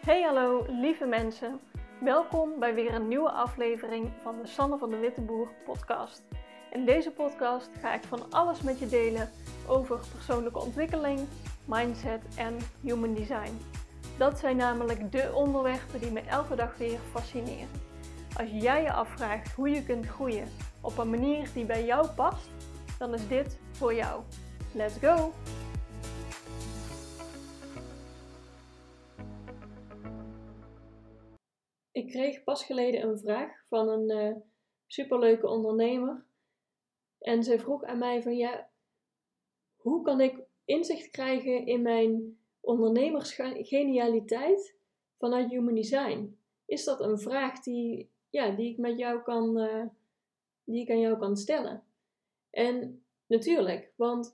Hey hallo lieve mensen, welkom bij weer een nieuwe aflevering van de Sanne van de Witteboer podcast. In deze podcast ga ik van alles met je delen over persoonlijke ontwikkeling, mindset en human design. Dat zijn namelijk de onderwerpen die me elke dag weer fascineren. Als jij je afvraagt hoe je kunt groeien op een manier die bij jou past, dan is dit voor jou. Let's go! Ik kreeg pas geleden een vraag van een superleuke ondernemer. En zij vroeg aan mij van hoe kan ik inzicht krijgen in mijn ondernemersgenialiteit vanuit Human Design? Is dat een vraag die ik met jou die ik aan jou kan stellen? En natuurlijk, want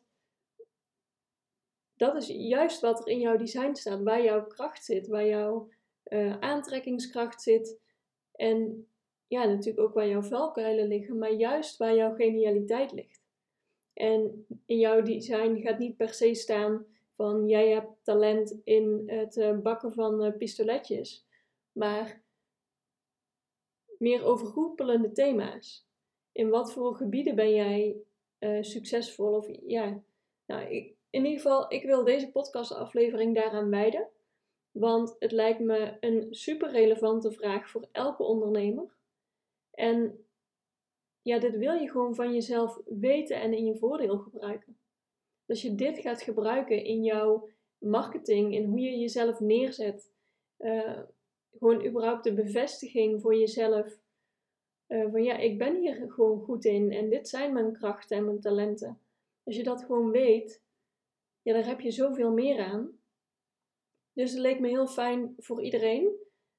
dat is juist wat er in jouw design staat, waar jouw kracht zit, waar jouw aantrekkingskracht zit en natuurlijk ook waar jouw valkuilen liggen, maar juist waar jouw genialiteit ligt. En in jouw design gaat niet per se staan van jij hebt talent in het bakken van pistoletjes, maar meer overkoepelende thema's. In wat voor gebieden ben jij succesvol? In ieder geval, ik wil deze podcastaflevering daaraan wijden. Want het lijkt me een super relevante vraag voor elke ondernemer. En dit wil je gewoon van jezelf weten en in je voordeel gebruiken. Als je dit gaat gebruiken in jouw marketing, in hoe je jezelf neerzet. Gewoon überhaupt de bevestiging voor jezelf. Ik ben hier gewoon goed in en dit zijn mijn krachten en mijn talenten. Als je dat gewoon weet, daar heb je zoveel meer aan. Dus het leek me heel fijn voor iedereen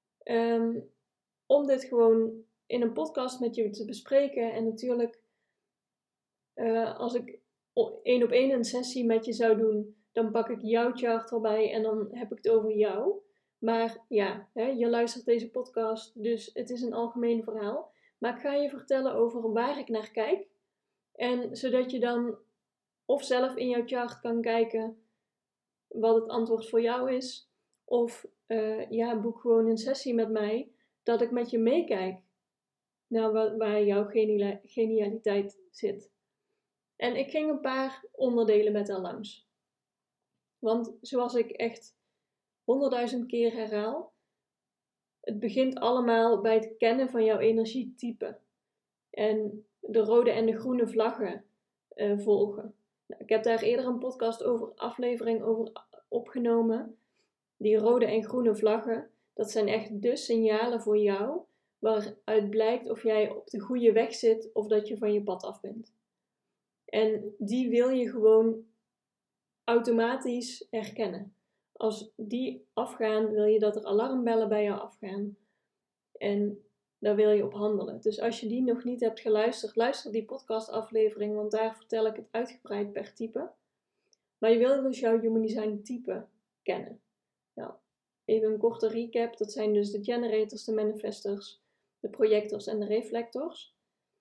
om dit gewoon in een podcast met je te bespreken. En natuurlijk, als ik 1-op-1 een sessie met je zou doen, dan pak ik jouw chart erbij en dan heb ik het over jou. Maar je luistert deze podcast, dus het is een algemeen verhaal. Maar ik ga je vertellen over waar ik naar kijk. En zodat je dan of zelf in jouw chart kan kijken wat het antwoord voor jou is. Of boek gewoon een sessie met mij, dat ik met je meekijk naar waar jouw genialiteit zit. En ik ging een paar onderdelen met haar langs. Want zoals ik echt 100.000 keer herhaal, het begint allemaal bij het kennen van jouw energietype. En de rode en de groene vlaggen volgen. Nou, ik heb daar eerder een aflevering over opgenomen. Die rode en groene vlaggen, dat zijn echt de signalen voor jou, waaruit blijkt of jij op de goede weg zit of dat je van je pad af bent. En die wil je gewoon automatisch herkennen. Als die afgaan, wil je dat er alarmbellen bij jou afgaan. En daar wil je op handelen. Dus als je die nog niet hebt geluisterd, luister die podcastaflevering, want daar vertel ik het uitgebreid per type. Maar je wil dus jouw Human Design type kennen. Nou, even een korte recap. Dat zijn dus de generators, de manifestors, de projectors en de reflectors.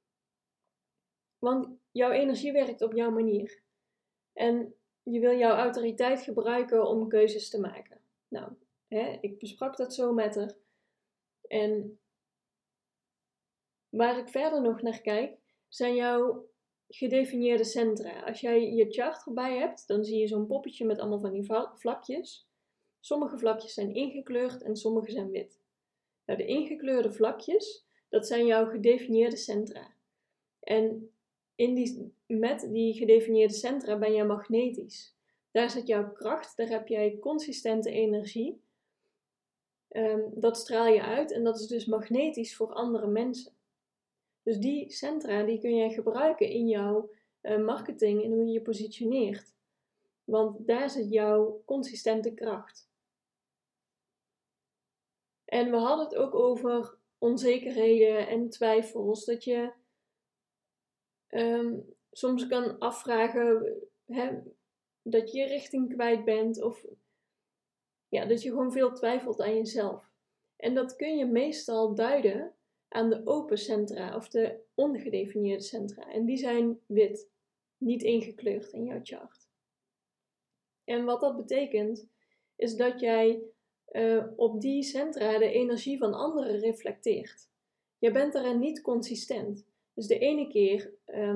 Want jouw energie werkt op jouw manier. En je wil jouw autoriteit gebruiken om keuzes te maken. Nou, ik besprak dat zo met haar. En waar ik verder nog naar kijk, zijn jouw gedefinieerde centra. Als jij je chart erbij hebt, dan zie je zo'n poppetje met allemaal van die vlakjes. Sommige vlakjes zijn ingekleurd en sommige zijn wit. Nou, de ingekleurde vlakjes, dat zijn jouw gedefinieerde centra. En met die gedefinieerde centra ben jij magnetisch. Daar zit jouw kracht, daar heb jij consistente energie. Dat straal je uit en dat is dus magnetisch voor andere mensen. Dus die centra die kun jij gebruiken in jouw marketing en hoe je je positioneert. Want daar zit jouw consistente kracht. En we hadden het ook over onzekerheden en twijfels. Dat je soms kan afvragen dat je je richting kwijt bent. Of dat je gewoon veel twijfelt aan jezelf. En dat kun je meestal duiden aan de open centra of de ongedefinieerde centra. En die zijn wit, niet ingekleurd in jouw chart. En wat dat betekent, is dat jij op die centra de energie van anderen reflecteert. Je bent daarin niet consistent. Dus de ene keer,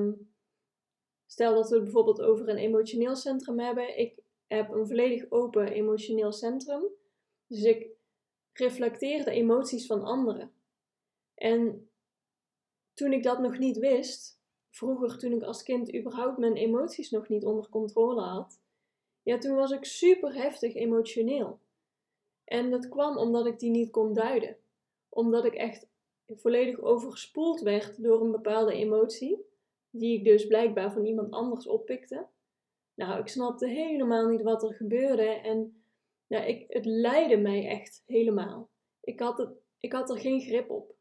stel dat we het bijvoorbeeld over een emotioneel centrum hebben. Ik heb een volledig open emotioneel centrum. Dus ik reflecteer de emoties van anderen. En toen ik dat nog niet wist, vroeger toen ik als kind überhaupt mijn emoties nog niet onder controle had, ja, toen was ik super heftig emotioneel. En dat kwam omdat ik die niet kon duiden. Omdat ik echt volledig overspoeld werd door een bepaalde emotie, die ik dus blijkbaar van iemand anders oppikte. Nou, ik snapte helemaal niet wat er gebeurde en het leidde mij echt helemaal. Ik had er geen grip op.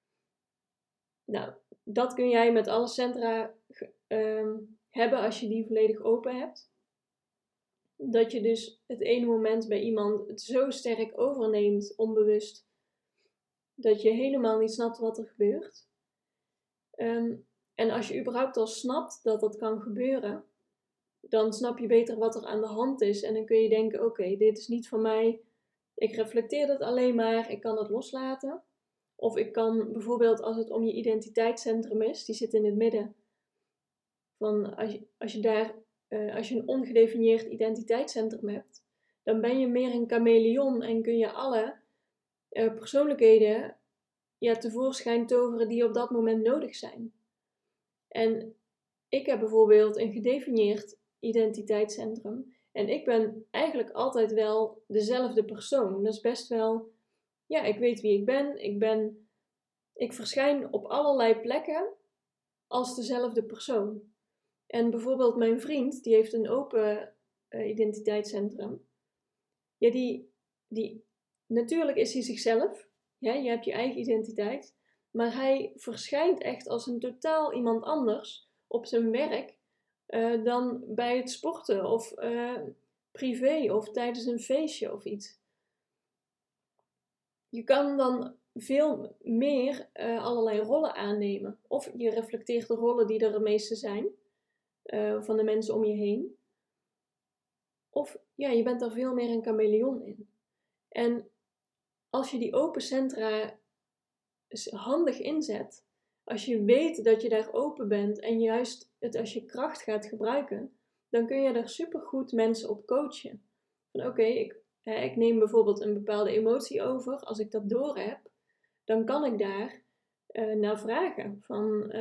Nou, dat kun jij met alle centra hebben als je die volledig open hebt. Dat je dus het ene moment bij iemand het zo sterk overneemt, onbewust, dat je helemaal niet snapt wat er gebeurt. En als je überhaupt al snapt dat dat kan gebeuren, dan snap je beter wat er aan de hand is. En dan kun je denken, oké, dit is niet van mij. Ik reflecteer dat alleen maar, ik kan het loslaten. Of ik kan bijvoorbeeld, als het om je identiteitscentrum is, die zit in het midden. Van als je een ongedefinieerd identiteitscentrum hebt, dan ben je meer een chameleon en kun je alle persoonlijkheden tevoorschijn toveren die op dat moment nodig zijn. En ik heb bijvoorbeeld een gedefinieerd identiteitscentrum. En ik ben eigenlijk altijd wel dezelfde persoon. Dat is best wel, ik weet wie ik ben. Ik verschijn op allerlei plekken als dezelfde persoon. En bijvoorbeeld mijn vriend, die heeft een open identiteitscentrum. Ja, natuurlijk is hij zichzelf. Ja, je hebt je eigen identiteit. Maar hij verschijnt echt als een totaal iemand anders op zijn werk dan bij het sporten of privé of tijdens een feestje of iets. Je kan dan veel meer allerlei rollen aannemen. Of je reflecteert de rollen die er het meeste zijn van de mensen om je heen. Of je bent daar veel meer een chameleon in. En als je die open centra handig inzet, als je weet dat je daar open bent en juist het als je kracht gaat gebruiken, dan kun je daar supergoed mensen op coachen. Van oké, ik neem bijvoorbeeld een bepaalde emotie over. Als ik dat door heb, dan kan ik daar naar vragen. Van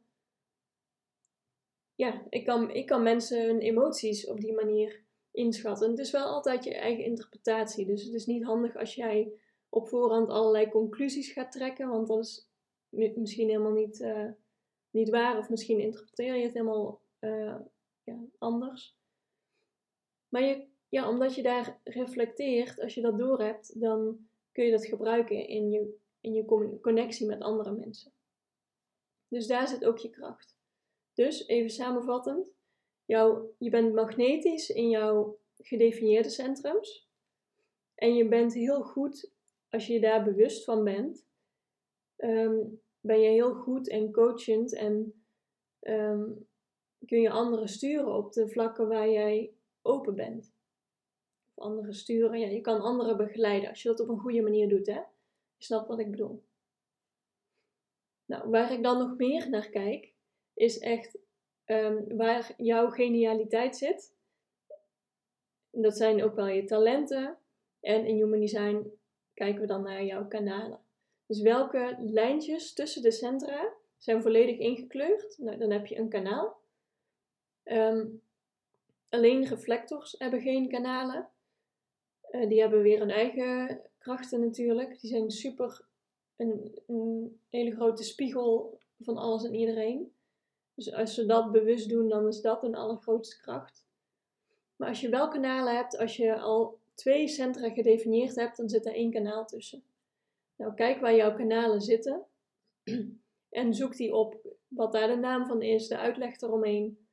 ik kan mensen hun emoties op die manier inschatten. Het is wel altijd je eigen interpretatie. Dus het is niet handig als jij op voorhand allerlei conclusies gaat trekken. Want dat is misschien helemaal niet waar. Of misschien interpreteer je het helemaal anders. Maar omdat je daar reflecteert, als je dat doorhebt, dan kun je dat gebruiken in je connectie met andere mensen. Dus daar zit ook je kracht. Dus even samenvattend, je bent magnetisch in jouw gedefinieerde centrums. En je bent heel goed, als je je daar bewust van bent, ben je heel goed en coachend en kun je anderen sturen op de vlakken waar jij open bent. Of anderen sturen, je kan anderen begeleiden als je dat op een goede manier doet, hè? Je snapt wat ik bedoel. Nou, waar ik dan nog meer naar kijk, is echt waar jouw genialiteit zit. Dat zijn ook wel je talenten. En in Human Design kijken we dan naar jouw kanalen. Dus welke lijntjes tussen de centra zijn volledig ingekleurd? Nou, dan heb je een kanaal. Alleen reflectors hebben geen kanalen. Die hebben weer hun eigen krachten natuurlijk. Die zijn super een hele grote spiegel van alles en iedereen. Dus als ze dat bewust doen, dan is dat een allergrootste kracht. Maar als je wel kanalen hebt, als je al 2 centra gedefinieerd hebt, dan zit er 1 kanaal tussen. Nou, kijk waar jouw kanalen zitten. En zoek die op, wat daar de naam van is, de uitleg eromheen.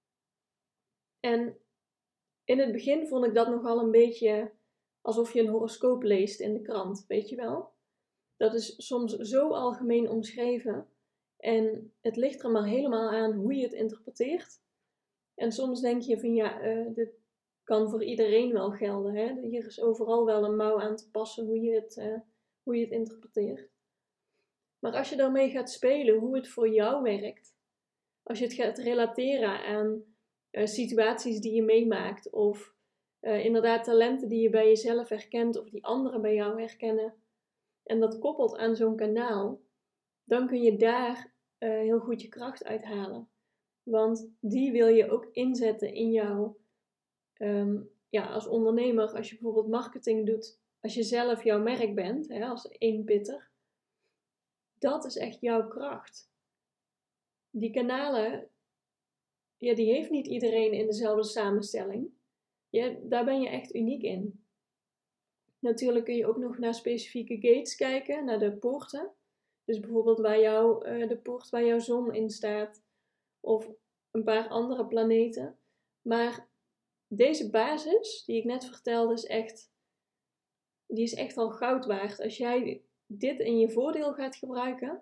En in het begin vond ik dat nogal een beetje alsof je een horoscoop leest in de krant, weet je wel? Dat is soms zo algemeen omschreven. En het ligt er maar helemaal aan hoe je het interpreteert. En soms denk je van dit kan voor iedereen wel gelden. Hè? Hier is overal wel een mouw aan te passen hoe je het interpreteert. Maar als je daarmee gaat spelen hoe het voor jou werkt, als je het gaat relateren aan situaties die je meemaakt of inderdaad talenten die je bij jezelf herkent of die anderen bij jou herkennen en dat koppelt aan zo'n kanaal, dan kun je daar heel goed je kracht uithalen. Want die wil je ook inzetten in jouw, als ondernemer, als je bijvoorbeeld marketing doet, als je zelf jouw merk bent, als eenpitter, dat is echt jouw kracht. Die kanalen, die heeft niet iedereen in dezelfde samenstelling. Daar ben je echt uniek in. Natuurlijk kun je ook nog naar specifieke gates kijken, naar de poorten. Dus bijvoorbeeld de poort waar jouw zon in staat, of een paar andere planeten. Maar deze basis, die ik net vertelde, die is echt al goud waard. Als jij dit in je voordeel gaat gebruiken.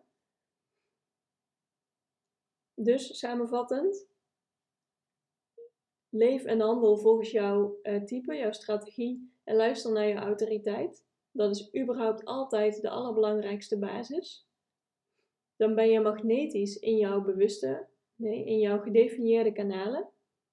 Dus samenvattend, leef en handel volgens jouw type, jouw strategie en luister naar je autoriteit. Dat is überhaupt altijd de allerbelangrijkste basis. Dan ben je magnetisch in in jouw gedefinieerde kanalen.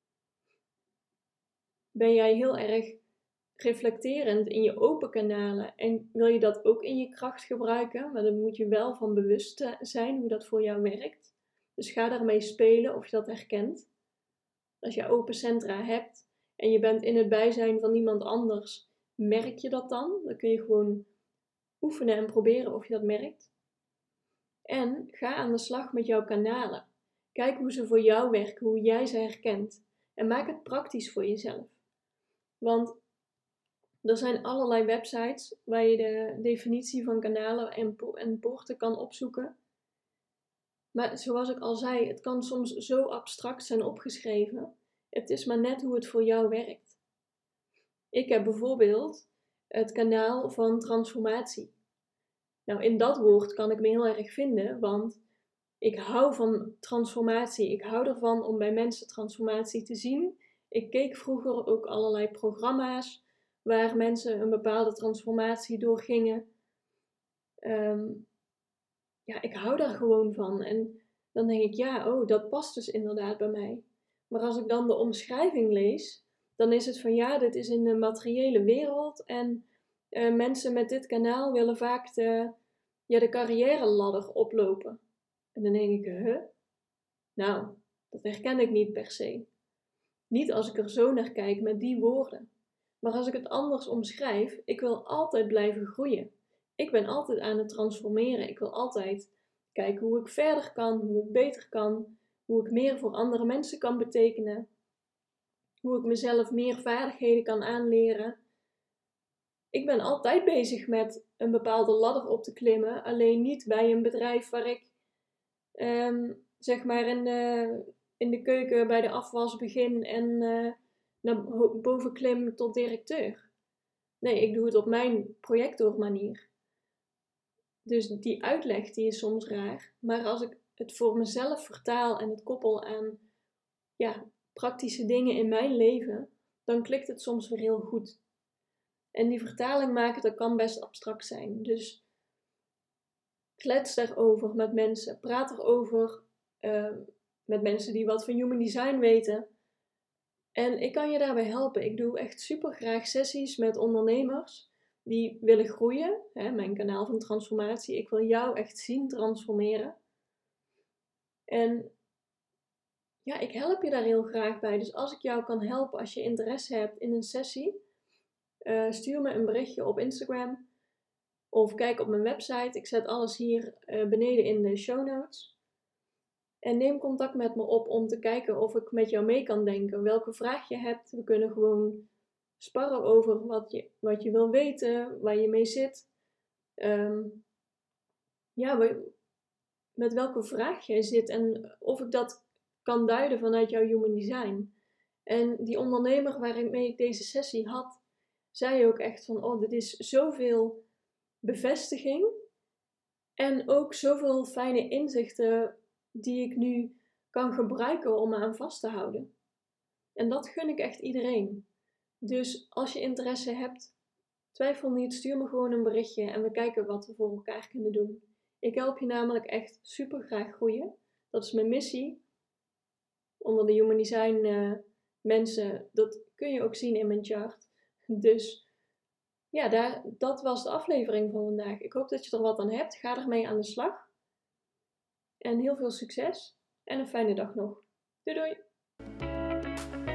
Ben jij heel erg reflecterend in je open kanalen en wil je dat ook in je kracht gebruiken, maar dan moet je wel van bewust zijn hoe dat voor jou werkt. Dus ga daarmee spelen of je dat herkent. Als je open centra hebt en je bent in het bijzijn van iemand anders, merk je dat dan? Dan kun je gewoon oefenen en proberen of je dat merkt. En ga aan de slag met jouw kanalen. Kijk hoe ze voor jou werken, hoe jij ze herkent. En maak het praktisch voor jezelf. Want er zijn allerlei websites waar je de definitie van kanalen en poorten kan opzoeken. Maar zoals ik al zei, het kan soms zo abstract zijn opgeschreven. Het is maar net hoe het voor jou werkt. Ik heb bijvoorbeeld het kanaal van transformatie. Nou, in dat woord kan ik me heel erg vinden, want ik hou van transformatie. Ik hou ervan om bij mensen transformatie te zien. Ik keek vroeger ook allerlei programma's waar mensen een bepaalde transformatie doorgingen. Ik hou daar gewoon van. En dan denk ik, dat past dus inderdaad bij mij. Maar als ik dan de omschrijving lees, dan is het van dit is in de materiële wereld. En mensen met dit kanaal willen vaak de carrière ladder oplopen. En dan denk ik, nou, dat herken ik niet per se. Niet als ik er zo naar kijk met die woorden. Maar als ik het anders omschrijf, ik wil altijd blijven groeien. Ik ben altijd aan het transformeren. Ik wil altijd kijken hoe ik verder kan, hoe ik beter kan, hoe ik meer voor andere mensen kan betekenen, hoe ik mezelf meer vaardigheden kan aanleren. Ik ben altijd bezig met een bepaalde ladder op te klimmen, alleen niet bij een bedrijf waar ik zeg maar in de keuken bij de afwas begin en naar boven klim tot directeur. Nee, ik doe het op mijn projectormanier. Dus die uitleg die is soms raar. Maar als ik het voor mezelf vertaal en het koppel aan praktische dingen in mijn leven, dan klikt het soms weer heel goed. En die vertaling maken, dat kan best abstract zijn. Dus klets daarover met mensen. Praat erover met mensen die wat van human design weten. En ik kan je daarbij helpen. Ik doe echt super graag sessies met ondernemers die willen groeien. Mijn kanaal van transformatie. Ik wil jou echt zien transformeren. En ik help je daar heel graag bij. Dus als ik jou kan helpen, als je interesse hebt in een sessie, stuur me een berichtje op Instagram. Of kijk op mijn website. Ik zet alles hier beneden in de show notes. En neem contact met me op om te kijken of ik met jou mee kan denken. Welke vraag je hebt. We kunnen gewoon sparren over wat je wil weten. Waar je mee zit. Met welke vraag jij zit. En of ik dat kan duiden vanuit jouw human design. En die ondernemer waarmee ik deze sessie had, zei ook echt van, dit is zoveel bevestiging. En ook zoveel fijne inzichten die ik nu kan gebruiken om me aan vast te houden. En dat gun ik echt iedereen. Dus als je interesse hebt, twijfel niet, stuur me gewoon een berichtje en we kijken wat we voor elkaar kunnen doen. Ik help je namelijk echt super graag groeien. Dat is mijn missie. Onder de Human Design mensen, dat kun je ook zien in mijn chart. Dus ja, dat was de aflevering van vandaag. Ik hoop dat je er wat aan hebt. Ga ermee aan de slag. En heel veel succes. En een fijne dag nog. Doei doei!